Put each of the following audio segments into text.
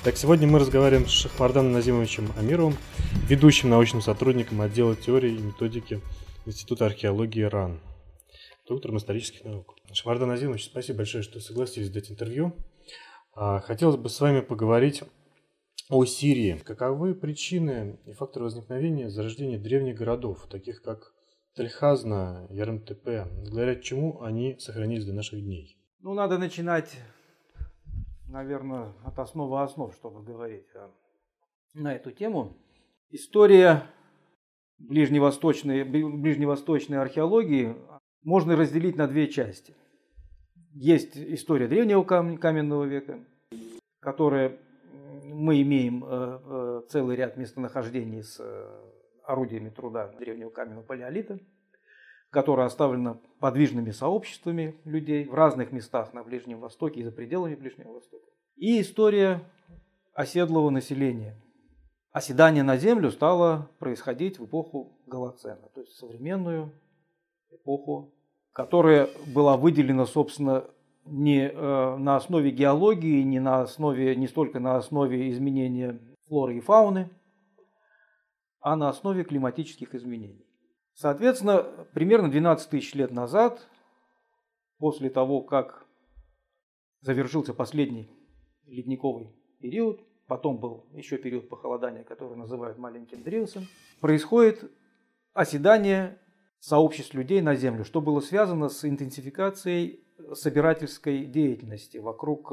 Так, сегодня мы разговариваем с Шахмарданом Назимовичем Амировым, ведущим научным сотрудником отдела теории и методики Института археологии РАН, доктором исторических наук. Шахмардан Назимович, спасибо большое, что согласились дать интервью. Хотелось бы с вами поговорить о Сирии. Каковы причины и факторы возникновения зарождения древних городов, таких как Тель-Хазна, Ярым-Тепе, благодаря чему они сохранились до наших дней? Надо начинать, наверное, от основы основ, чтобы говорить на эту тему. История ближневосточной археологии можно разделить на две части. Есть история древнего каменного века, которая мы имеем целый ряд местонахождений с орудиями труда древнего каменного палеолита, которая оставлена подвижными сообществами людей в разных местах на Ближнем Востоке и за пределами Ближнего Востока. И история оседлого населения. Оседание на землю стало происходить в эпоху Голоцена, то есть современную эпоху, которая была выделена, собственно, не на основе геологии, не столько на основе изменения флоры и фауны, а на основе климатических изменений. Соответственно, примерно 12 тысяч лет назад, после того, как завершился последний ледниковый период, потом был еще период похолодания, который называют маленьким Дриусом, происходит оседание сообществ людей на Землю, что было связано с интенсификацией собирательской деятельности вокруг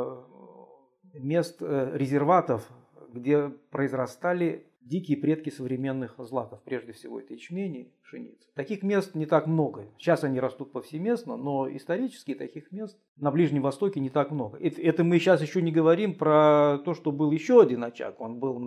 мест резерватов, где произрастали дикие предки современных злаков, прежде всего это ячмень и пшеница. Таких мест не так много. Сейчас они растут повсеместно, но исторически таких мест на Ближнем Востоке не так много. Это мы сейчас еще не говорим про то, что был еще один очаг. Он был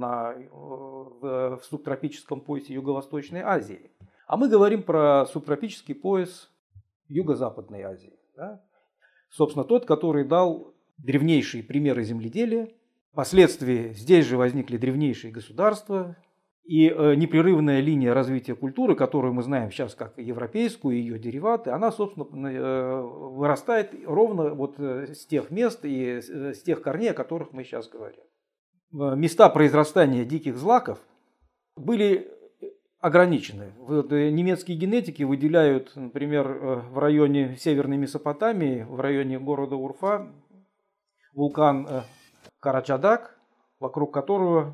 в субтропическом поясе Юго-Восточной Азии. А мы говорим про субтропический пояс Юго-Западной Азии. Да? Собственно, тот, который дал древнейшие примеры земледелия. Впоследствии здесь же возникли древнейшие государства, и непрерывная линия развития культуры, которую мы знаем сейчас как европейскую и ее дериваты, она, собственно, вырастает ровно вот с тех мест и с тех корней, о которых мы сейчас говорим. Места произрастания диких злаков были ограничены. Немецкие генетики выделяют, например, в районе Северной Месопотамии, в районе города Урфа, вулкан Карачадак, вокруг которого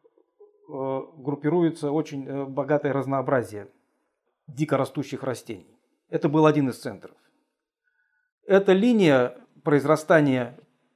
группируется очень богатое разнообразие дикорастущих растений. Это был один из центров. Эта линия произрастания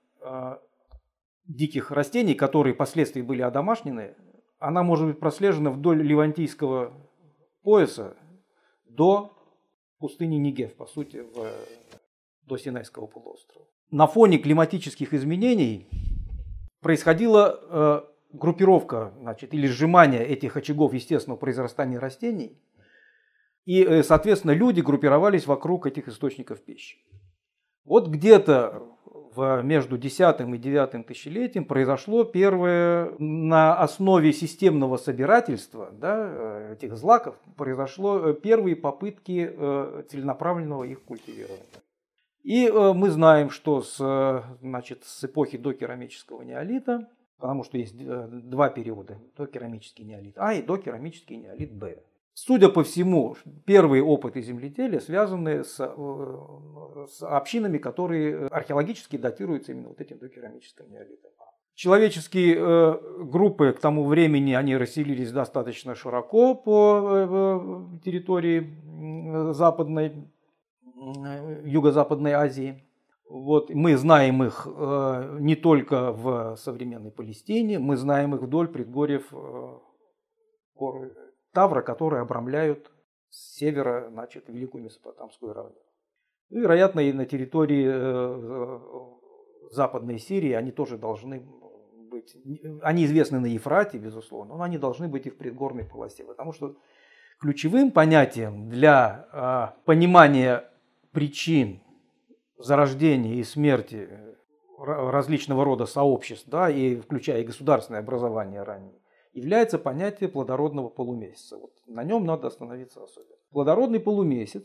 диких растений, которые впоследствии были одомашнены, она может быть прослежена вдоль Левантийского пояса до пустыни Негев, по сути, до Синайского полуострова. На фоне климатических изменений происходила группировка, или сжимание этих очагов естественного произрастания растений, и, соответственно, люди группировались вокруг этих источников пищи. Вот где-то между 10 и 9 тысячелетием произошло первое, на основе системного собирательства этих злаков, произошло первые попытки целенаправленного их культивирования. И мы знаем, что с эпохи докерамического неолита, потому что есть два периода, докерамический неолит А и докерамический неолит Б. Судя по всему, первые опыты земледелия связаны с общинами, которые археологически датируются именно вот этим докерамическим неолитом. Человеческие группы к тому времени они расселились достаточно широко по территории Юго-Западной Азии. Вот, мы знаем их не только в современной Палестине, мы знаем их вдоль предгорьев горы Тавра, которые обрамляют с севера Великую Месопотамскую равнину. И, вероятно, и на территории Западной Сирии они тоже должны быть. Они известны на Ефрате, безусловно, но они должны быть и в предгорной полосе, потому что ключевым понятием для понимания причин зарождения и смерти различного рода сообществ, и включая и государственное образование ранее, является понятие плодородного полумесяца. Вот на нем надо остановиться особенно. Плодородный полумесяц –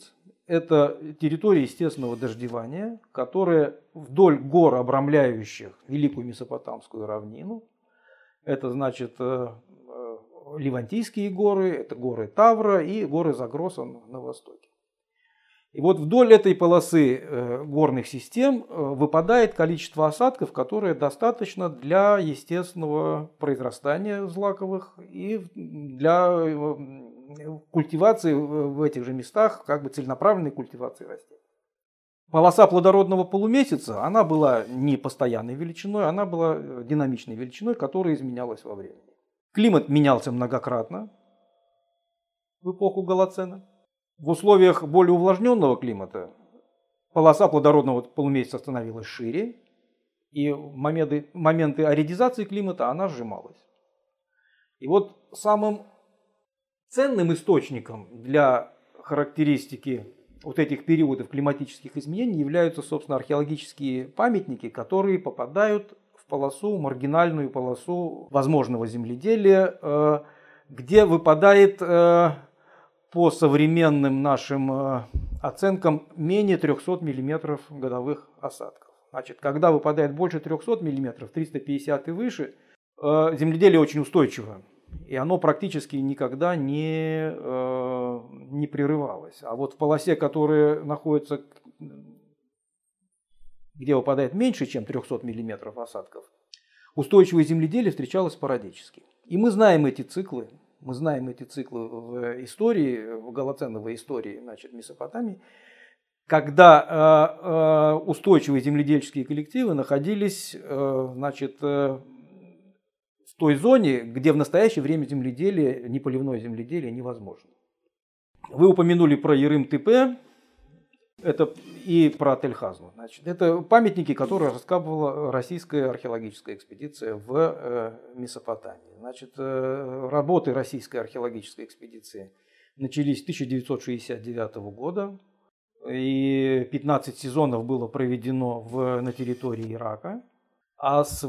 это территория естественного дождевания, которая вдоль гор, обрамляющих Великую Месопотамскую равнину, это значит Левантийские горы, это горы Тавра и горы Загроса на востоке. И вот вдоль этой полосы горных систем выпадает количество осадков, которое достаточно для естественного произрастания злаковых и для культивации в этих же местах, как бы целенаправленной культивации растений. Полоса плодородного полумесяца, она была не постоянной величиной, она была динамичной величиной, которая изменялась во времени. Климат менялся многократно в эпоху Голоцена. В условиях более увлажненного климата полоса плодородного полумесяца становилась шире, и в моменты аредизации климата она сжималась. И вот самым ценным источником для характеристики вот этих периодов климатических изменений являются, собственно, археологические памятники, которые попадают в полосу, маргинальную полосу возможного земледелия, где выпадает по современным нашим оценкам менее 300 мм годовых осадков. Значит, когда выпадает больше 300 мм, 350 и выше, земледелие очень устойчиво. И оно практически никогда не прерывалось. А вот в полосе, которая находится, где выпадает меньше, чем 300 мм осадков, устойчивое земледелие встречалось спорадически. И мы знаем эти циклы. Мы знаем эти циклы в истории, в голоценовой истории, значит, Месопотамии, когда устойчивые земледельческие коллективы находились, значит, в той зоне, где в настоящее время земледелие, неполивное земледелие невозможно. Вы упомянули про Ерым-Тепе, это и про Тель-Хазну. Значит, это памятники, которые раскапывала российская археологическая экспедиция в Месопотамии. Значит, работы российской археологической экспедиции начались с 1969 года, и 15 сезонов было проведено на территории Ирака, а с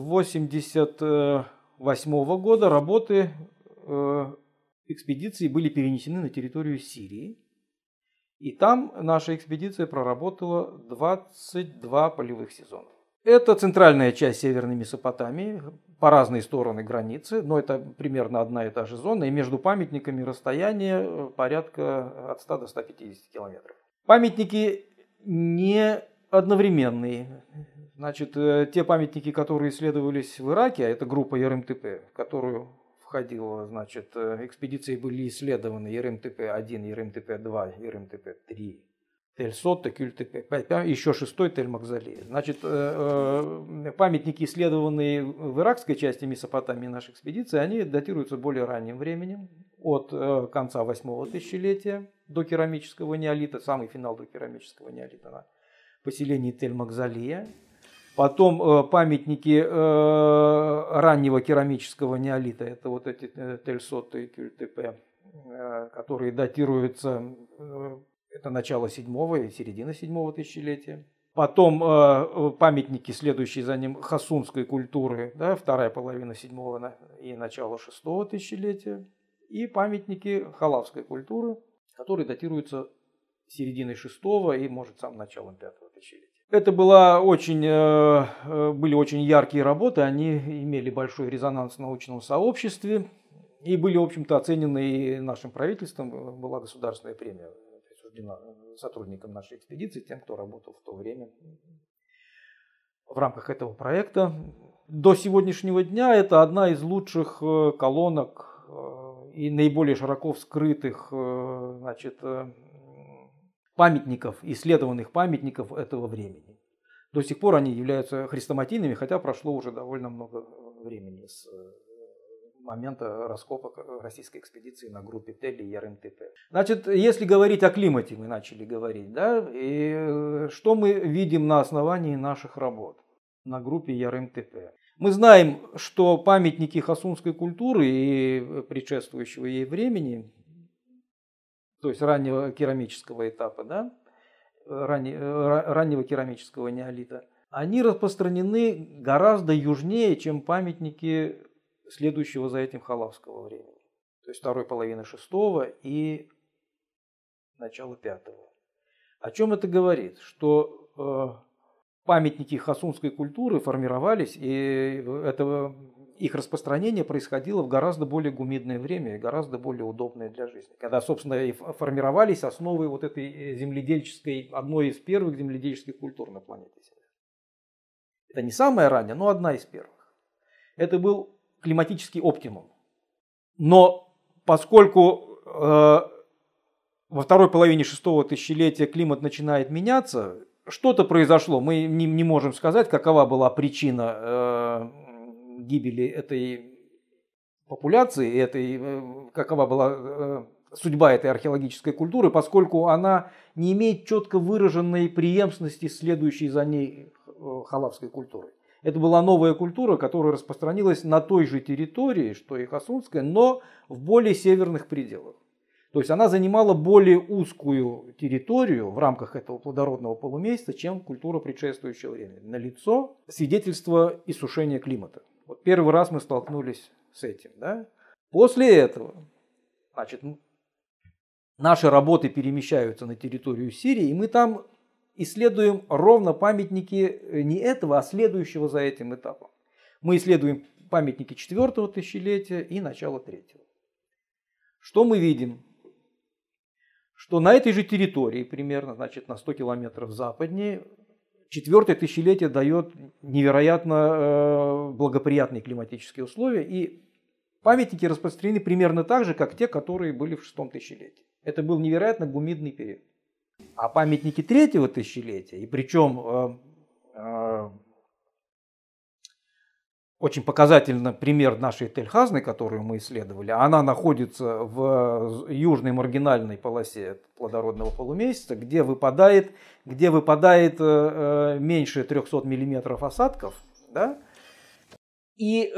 1988 года работы экспедиции были перенесены на территорию Сирии. И там наша экспедиция проработала 22 полевых сезона. Это центральная часть Северной Месопотамии, по разные стороны границы, но это примерно одна и та же зона, и между памятниками расстояние порядка от 100 до 150 километров. Памятники не одновременные. Значит, те памятники, которые исследовались в Ираке, а это группа Ерым-Тепе, в которую входила, значит, экспедиции были исследованы Ерым-Тепе-1, Ерым-Тепе-2, Ерым-Тепе-3, Тель-Сот, Текюль-Тепе, еще 6-й Тель-Макзалей. Значит, памятники, исследованные в иракской части Месопотамии нашей экспедиции, они датируются более ранним временем, от конца 8-го тысячелетия до керамического неолита, самый финал до керамического неолита на поселении Тель-Макзалия. Потом памятники раннего керамического неолита, это вот эти Тель-Сот и Кюль-Тепе, которые датируются, это начало 7-го и середина 7-го тысячелетия. Потом памятники, следующие за ним, хасунской культуры, да, вторая половина 7-го и начало 6-го тысячелетия. И памятники халавской культуры, которые датируются серединой 6-го и, может, самым началом 5-го тысячелетия. Это были очень яркие работы, они имели большой резонанс в научном сообществе и были, в общем-то, оценены и нашим правительством. Была государственная премия присуждена сотрудникам нашей экспедиции, тем, кто работал в то время в рамках этого проекта. До сегодняшнего дня это одна из лучших колонок и наиболее широко вскрытых, значит, памятников, исследованных памятников этого времени. До сих пор они являются хрестоматийными, хотя прошло уже довольно много времени с момента раскопок российской экспедиции на группе Тель и Ерым-Тепе. Значит, если говорить о климате, мы начали говорить, да, и что мы видим на основании наших работ на группе Ерым-Тепе? Мы знаем, что памятники хасунской культуры и предшествующего ей времени, то есть раннего керамического этапа, да, раннего керамического неолита, они распространены гораздо южнее, чем памятники следующего за этим халавского времени. То есть второй половины 6-го и начала 5-го. О чем это говорит? Что памятники хасунской культуры формировались, и их распространение происходило в гораздо более гумидное время и гораздо более удобное для жизни. Когда, собственно, и формировались основы вот этой земледельческой, одной из первых земледельческих культур на планете Земля. Это не самая ранняя, но одна из первых. Это был климатический оптимум. Но поскольку во второй половине шестого тысячелетия климат начинает меняться, что-то произошло. Мы не можем сказать, какова была причина гибели этой популяции, какова была судьба этой археологической культуры, поскольку она не имеет четко выраженной преемственности следующей за ней халавской культуры. Это была новая культура, которая распространилась на той же территории, что и хасунская, но в более северных пределах. То есть она занимала более узкую территорию в рамках этого плодородного полумесяца, чем культура предшествующего времени. Налицо свидетельство иссушения климата. Вот первый раз мы столкнулись с этим. Да? После этого, значит, наши работы перемещаются на территорию Сирии, и мы там исследуем ровно памятники не этого, а следующего за этим этапом. Мы исследуем памятники 4-го тысячелетия и начала 3-го. Что мы видим? Что на этой же территории, примерно, значит, на 100 километров западнее, 4-е тысячелетие дает невероятно благоприятные климатические условия, и памятники распространены примерно так же, как те, которые были в 6-м тысячелетии. Это был невероятно гумидный период. А памятники 3-го тысячелетия, и причем очень показательный пример нашей Тель-Хазны, которую мы исследовали, она находится в южной маргинальной полосе плодородного полумесяца, где выпадает меньше 300 миллиметров осадков, да? И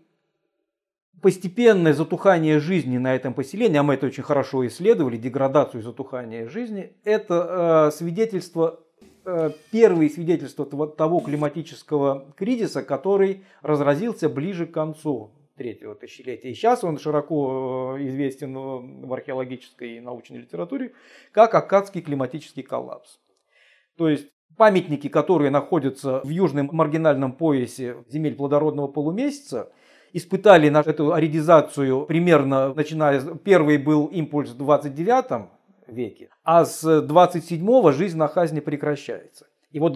постепенное затухание жизни на этом поселении, а мы это очень хорошо исследовали, деградацию и затухание жизни, это первые свидетельства того климатического кризиса, который разразился ближе к концу 3-го тысячелетия. И сейчас он широко известен в археологической и научной литературе как Аккадский климатический коллапс. То есть памятники, которые находятся в южном маргинальном поясе земель плодородного полумесяца, испытали эту аридизацию примерно, первый был импульс в 29 веке, а с 27-го жизнь на Хазне прекращается. И вот к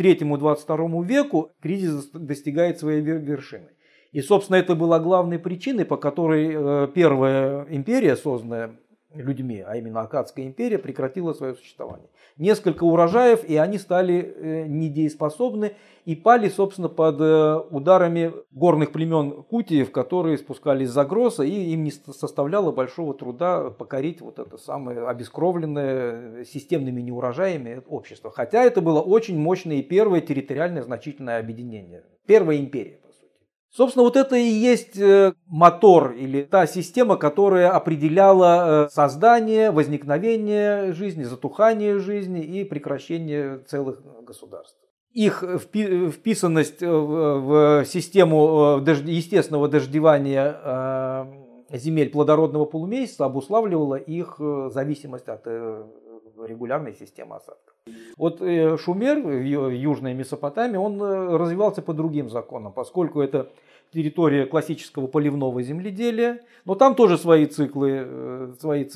23-22 веку кризис достигает своей вершины. И, собственно, это была главной причиной, по которой первая империя, созданная людьми, а именно Аккадская империя, прекратила свое существование. Несколько урожаев, и они стали недееспособны и пали, собственно, под ударами горных племен кутиев, которые спускались за Гроса, и им не составляло большого труда покорить вот это самое обескровленное системными неурожаями общество. Хотя это было очень мощное и первое территориальное значительное объединение. Первая империя. Собственно, вот это и есть мотор или та система, которая определяла создание, возникновение жизни, затухание жизни и прекращение целых государств. Их вписанность в систему естественного дождевания земель плодородного полумесяца обуславливала их зависимость от регулярной системы осадков. Вот Шумер в Южной Месопотамии, он развивался по другим законам, поскольку это территория классического поливного земледелия, но там тоже свои циклы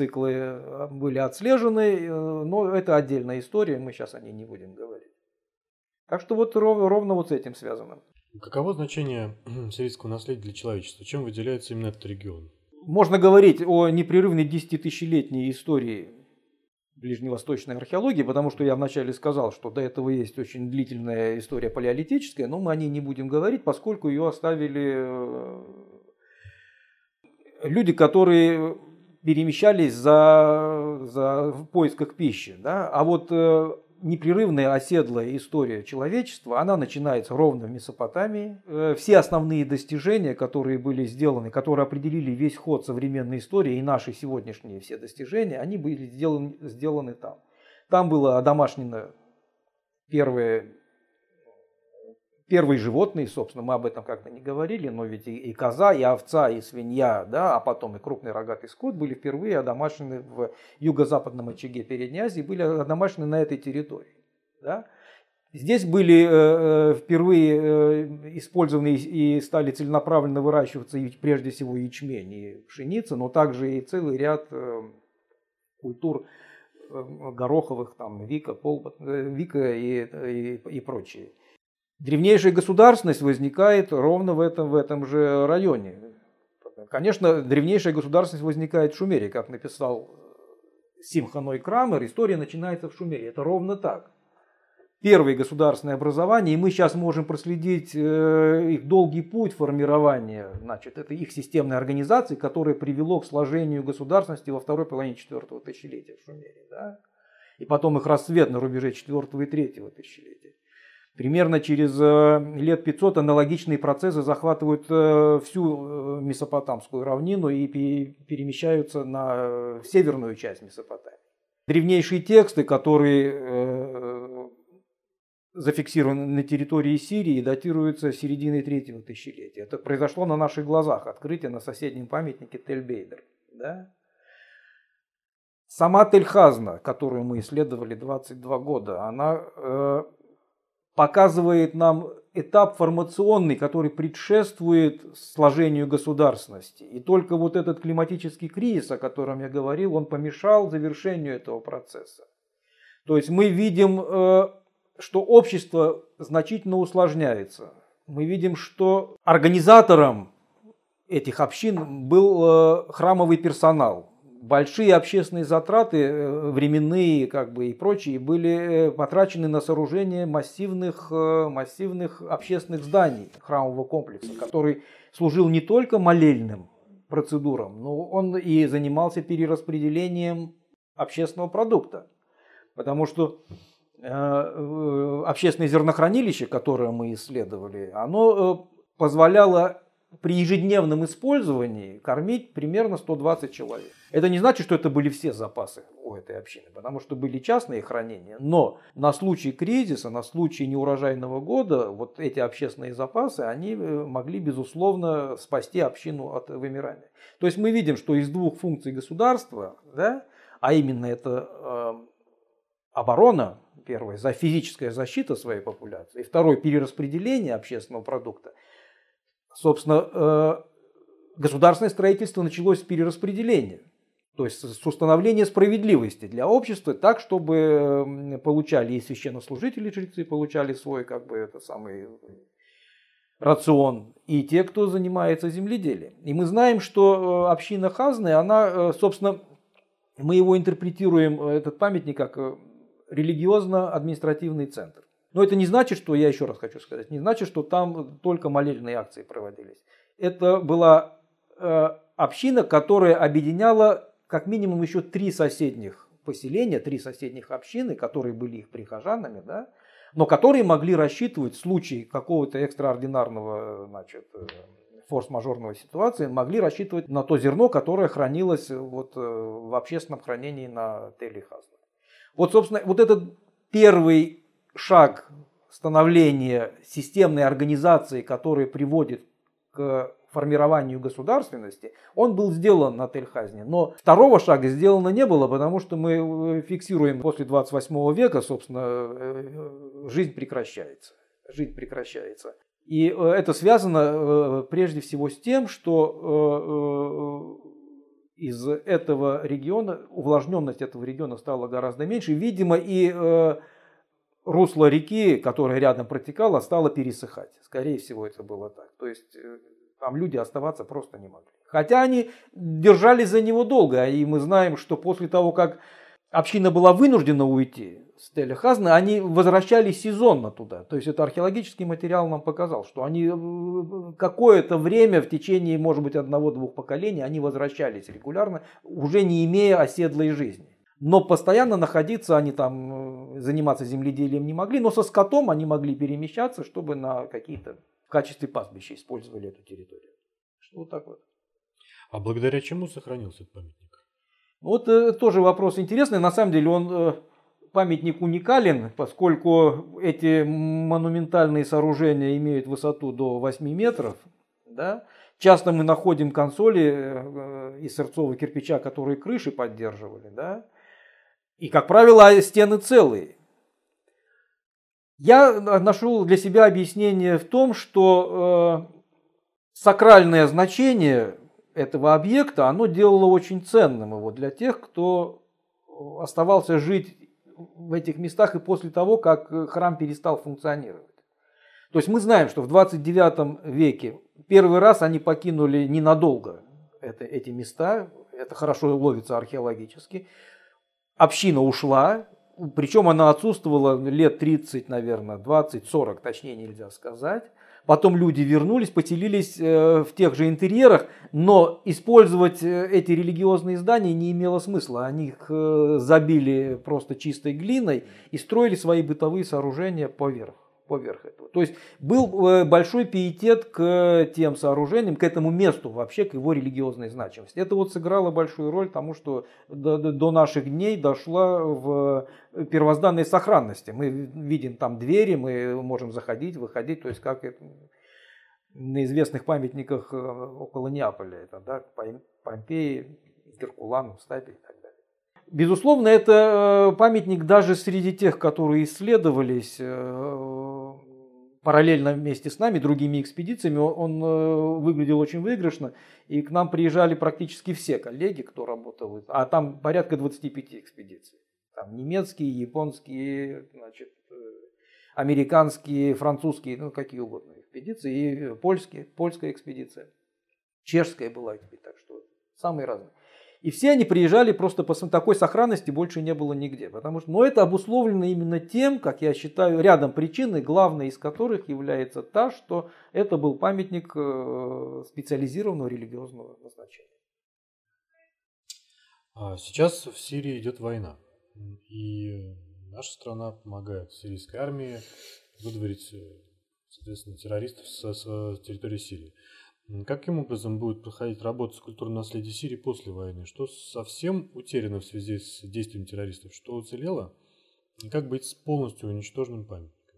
были отслежены, но это отдельная история, мы сейчас о ней не будем говорить. Так что вот ровно вот с этим связано. Каково значение сирийского наследия для человечества? Чем выделяется именно этот регион? Можно говорить о непрерывной 10-тысячелетней истории ближневосточной археологии, потому что я вначале сказал, что до этого есть очень длительная история палеолитическая, но мы о ней не будем говорить, поскольку ее оставили люди, которые перемещались в поисках пищи. Да? А вот непрерывная оседлая история человечества, она начинается ровно в Месопотамии. Все основные достижения, которые были сделаны, которые определили весь ход современной истории и наши сегодняшние все достижения, они были сделаны там. Там было одомашнено первый первые животные, собственно, мы об этом как-то не говорили, но ведь и коза, и овца, и свинья, да, а потом и крупный рогатый скот были впервые одомашнены в юго-западном очаге Передней Азии, были одомашнены на этой территории. Да. Здесь были впервые использованы и стали целенаправленно выращиваться прежде всего ячмень и пшеница, но также и целый ряд культур гороховых, там, вика и прочие. Древнейшая государственность возникает ровно в этом же районе. Конечно, древнейшая государственность возникает в Шумере, как написал Симха Ной Крамер, история начинается в Шумере. Это ровно так. Первое государственное образование, и мы сейчас можем проследить их долгий путь формирования, значит, это их системной организации, которая привело к сложению государственности во второй половине 4-го тысячелетия в Шумере. Да? И потом их расцвет на рубеже 4-го и 3-го тысячелетия. Примерно через лет 500 аналогичные процессы захватывают всю Месопотамскую равнину и перемещаются на северную часть Месопотамии. Древнейшие тексты, которые зафиксированы на территории Сирии, датируются серединой 3-го тысячелетия. Это произошло на наших глазах, открытие на соседнем памятнике Тель-Бейдер. Да? Сама Тель-Хазна, которую мы исследовали 22 года, она показывает нам этап формационный, который предшествует сложению государственности. И только вот этот климатический кризис, о котором я говорил, он помешал завершению этого процесса. То есть мы видим, что общество значительно усложняется. Мы видим, что организатором этих общин был храмовый персонал. Большие общественные затраты, временные и прочие, были потрачены на сооружение массивных общественных зданий храмового комплекса, который служил не только молельным процедурам, но он и занимался перераспределением общественного продукта. Потому что общественное зернохранилище, которое мы исследовали, оно позволяло при ежедневном использовании кормить примерно 120 человек. Это не значит, что это были все запасы у этой общины, потому что были частные хранения. Но на случай кризиса, на случай неурожайного года, вот эти общественные запасы, они могли, безусловно, спасти общину от вымирания. То есть мы видим, что из двух функций государства, да, а именно это оборона, первое, за физическая защита своей популяции, и второе, перераспределение общественного продукта, собственно, государственное строительство началось с перераспределения. То есть с установления справедливости для общества, так, чтобы получали и священнослужители, жрецы получали свой рацион, и те, кто занимается земледелием. И мы знаем, что община Хазны, она, собственно, мы его интерпретируем, этот памятник, как религиозно-административный центр. Но это не значит, что, я еще раз хочу сказать, не значит, что там только молельные акции проводились. Это была община, которая объединяла как минимум еще 3 соседних поселения, 3 соседних общины, которые были их прихожанами, да, но которые могли рассчитывать в случае какого-то экстраординарного, форс-мажорной ситуации, могли рассчитывать на то зерно, которое хранилось в общественном хранении на Тель-Хазне. Собственно, этот первый шаг становления системной организации, которая приводит к формированию государственности, он был сделан на Тель-Хазне. Но второго шага сделано не было, потому что мы фиксируем после 28 века, собственно, жизнь прекращается. И это связано прежде всего с тем, что из этого региона, увлажненность этого региона стала гораздо меньше. Видимо, и русло реки, которая рядом протекала, стало пересыхать. Скорее всего, это было так. То есть там люди оставаться просто не могли. Хотя они держались за него долго. И мы знаем, что после того, как община была вынуждена уйти с Тель-Хазны, они возвращались сезонно туда. То есть это археологический материал нам показал, что они какое-то время в течение, может быть, 1-2 поколений, они возвращались регулярно, уже не имея оседлой жизни. Но постоянно находиться, они там заниматься земледелием не могли, но со скотом они могли перемещаться, чтобы на какие-то в качестве пастбища использовали эту территорию. Вот так вот. А благодаря чему сохранился этот памятник? Тоже вопрос интересный. На самом деле он памятник уникален, поскольку эти монументальные сооружения имеют высоту до 8 метров. Да? Часто мы находим консоли из сырцового кирпича, которые крыши поддерживали. Да? И, как правило, стены целые. Я нашел для себя объяснение в том, что сакральное значение этого объекта, оно делало очень ценным его для тех, кто оставался жить в этих местах и после того, как храм перестал функционировать. То есть мы знаем, что в 29 веке первый раз они покинули ненадолго эти места, это хорошо ловится археологически. Община ушла, причем она отсутствовала лет 30, наверное, 20, 40, точнее нельзя сказать. Потом люди вернулись, поселились в тех же интерьерах, но использовать эти религиозные здания не имело смысла. Они их забили просто чистой глиной и строили свои бытовые сооружения поверх этого. То есть был большой пиетет к тем сооружениям, к этому месту вообще, к его религиозной значимости. Это вот сыграло большую роль тому, что до наших дней дошла в первозданной сохранности. Мы видим там двери, мы можем заходить, выходить, то есть как это на известных памятниках около Неаполя, это, да, Помпеи, Геркуланум, Стапе и так далее. Безусловно, это памятник даже среди тех, которые исследовались параллельно вместе с нами, другими экспедициями, он выглядел очень выигрышно. И к нам приезжали практически все коллеги, кто работал. А там порядка 25 экспедиций. Там немецкие, японские, значит, американские, французские, ну какие угодно экспедиции. И польская экспедиция. Чешская была экспедиция. Так что самые разные. И все они приезжали просто по такой сохранности больше не было нигде. Потому что, но это обусловлено именно тем, как я считаю, рядом причин, и главной из которых является та, что это был памятник специализированного религиозного назначения. Сейчас в Сирии идет война. И наша страна помогает сирийской армии выдворить, соответственно, террористов с территории Сирии. Каким образом будет проходить работа с культурным наследием Сирии после войны? Что совсем утеряно в связи с действием террористов? Что уцелело? И как быть с полностью уничтоженным памятником?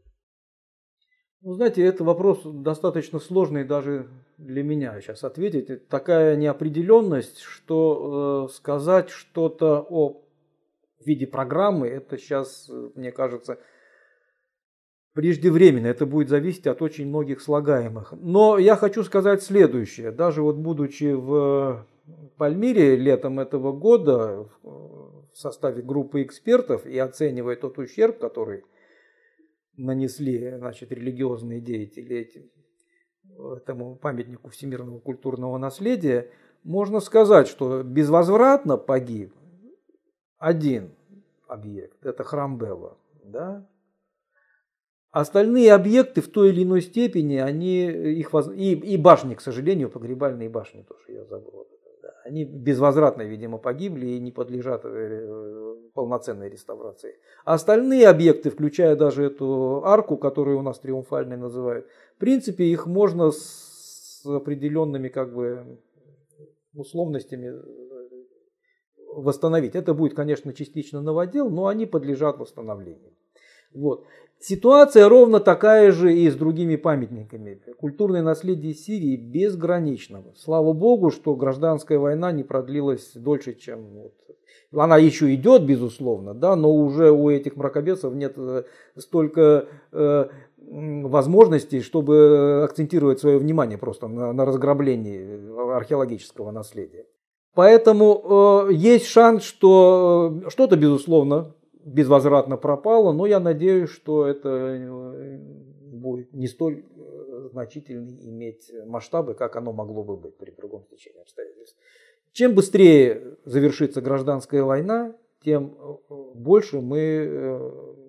Ну, знаете, это вопрос достаточно сложный даже для меня сейчас ответить. Такая неопределенность, что сказать что-то о виде программы, это сейчас, мне кажется, преждевременно, это будет зависеть от очень многих слагаемых. Но я хочу сказать следующее. Даже вот будучи в Пальмире летом этого года в составе группы экспертов и оценивая тот ущерб, который нанесли, значит, религиозные деятели этому памятнику всемирного культурного наследия, можно сказать, что безвозвратно погиб один объект, это храм Белла, да? Остальные объекты в той или иной степени, и башни, к сожалению, погребальные башни тоже, я забыл об этом, да, они безвозвратно, видимо, погибли и не подлежат полноценной реставрации. А остальные объекты, включая даже эту арку, которую у нас триумфальной называют, в принципе, их можно с определенными как бы условностями восстановить. Это будет, конечно, частично новодел, но они подлежат восстановлению. Вот. Ситуация ровно такая же и с другими памятниками. Культурное наследие Сирии безгранично. Слава Богу, что гражданская война не продлилась дольше, чем... Она еще идет, безусловно, да, но уже у этих мракобесов нет столько возможностей, чтобы акцентировать свое внимание просто на разграблении археологического наследия. Поэтому есть шанс, что что-то, безусловно, безвозвратно пропало, но я надеюсь, что это будет не столь значительно иметь масштабы, как оно могло бы быть при другом течении обстоятельств. Чем быстрее завершится гражданская война, тем больше мы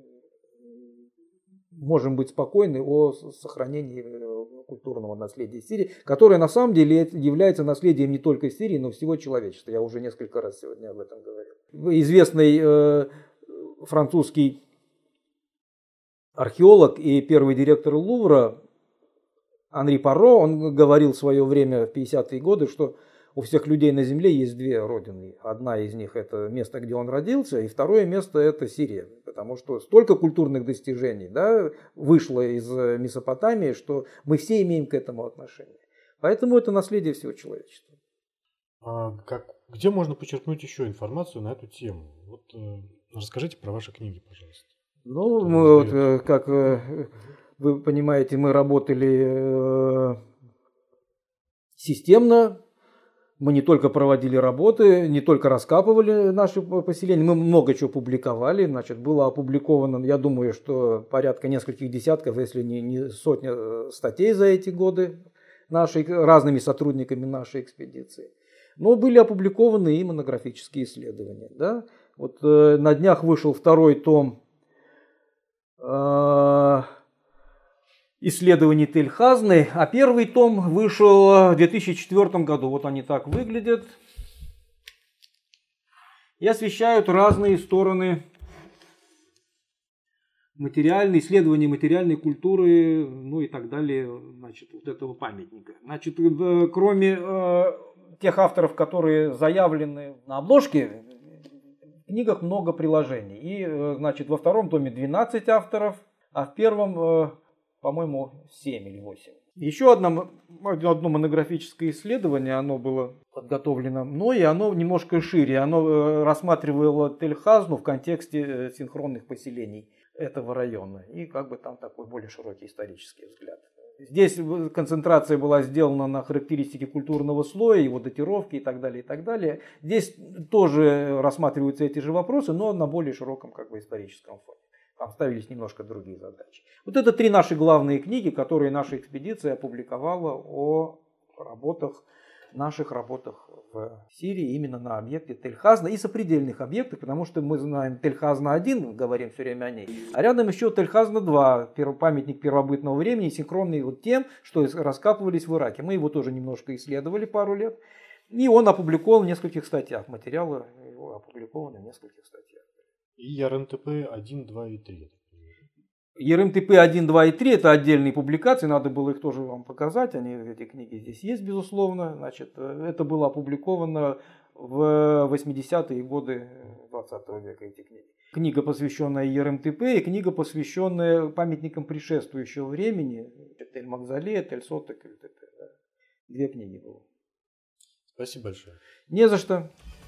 можем быть спокойны о сохранении культурного наследия Сирии, которое на самом деле является наследием не только Сирии, но всего человечества. Я уже несколько раз сегодня об этом говорил. Известный французский археолог и первый директор Лувра Анри Парро, он говорил в свое время в 50-е годы, что у всех людей на земле есть две родины. Одна из них это место, где он родился, и второе место это Сирия. потому что столько культурных достижений, да, вышло из Месопотамии, что мы все имеем к этому отношение. Поэтому это наследие всего человечества. Где можно почерпнуть еще информацию на эту тему? Вот, расскажите про ваши книги, пожалуйста. Ну, мы вот, как вы понимаете, мы работали системно. Мы не только проводили работы, не только раскапывали наши поселения, мы много чего публиковали. Значит, было опубликовано, я думаю, что порядка нескольких десятков, если не сотня статей за эти годы разными сотрудниками нашей экспедиции. Но были опубликованы и монографические исследования. Да? Вот на днях вышел второй том исследований Тель-Хазны, а первый том вышел в 2004 году. Вот они так выглядят. И освещают разные стороны исследования материальной культуры, ну и так далее, значит, вот этого памятника. Значит, кроме тех авторов, которые заявлены на обложке, в книгах много приложений. И, значит, во втором томе 12 авторов, а в первом, по-моему, 7 или 8. Еще одно монографическое исследование, оно было подготовлено мной, и оно немножко шире. Оно рассматривало Тель-Хазну в контексте синхронных поселений этого района. И как бы там такой более широкий исторический взгляд. Здесь концентрация была сделана на характеристике культурного слоя, его датировки и так далее, и так далее. Здесь тоже рассматриваются эти же вопросы, но на более широком как бы историческом фоне. Там ставились немножко другие задачи. Вот это 3 наши главные книги, которые наша экспедиция опубликовала о наших работах в Сирии именно на объекте Тель-Хазна и сопредельных объектах, потому что мы знаем Тель-Хазна-1, говорим все время о ней, а рядом еще Тель-Хазна-2, памятник первобытного времени, синхронный вот тем, что раскапывались в Ираке. Мы его тоже немножко исследовали пару лет, и он опубликован в нескольких статьях, материалы его опубликованы в нескольких статьях. И РНТП 1, 2 и 3. ЕРМТП 1, 2 и 3 это отдельные публикации, надо было их тоже вам показать, эти книги здесь есть, безусловно. Значит, это было опубликовано в 80-е годы 20 века, эти книги. Книга, посвященная ЕРМТП, и книга, посвященная памятникам предшествующего времени, Тель-Мавзолей, Тель-Соток, ЛТП. Да. 2 книги было. Спасибо большое. Не за что.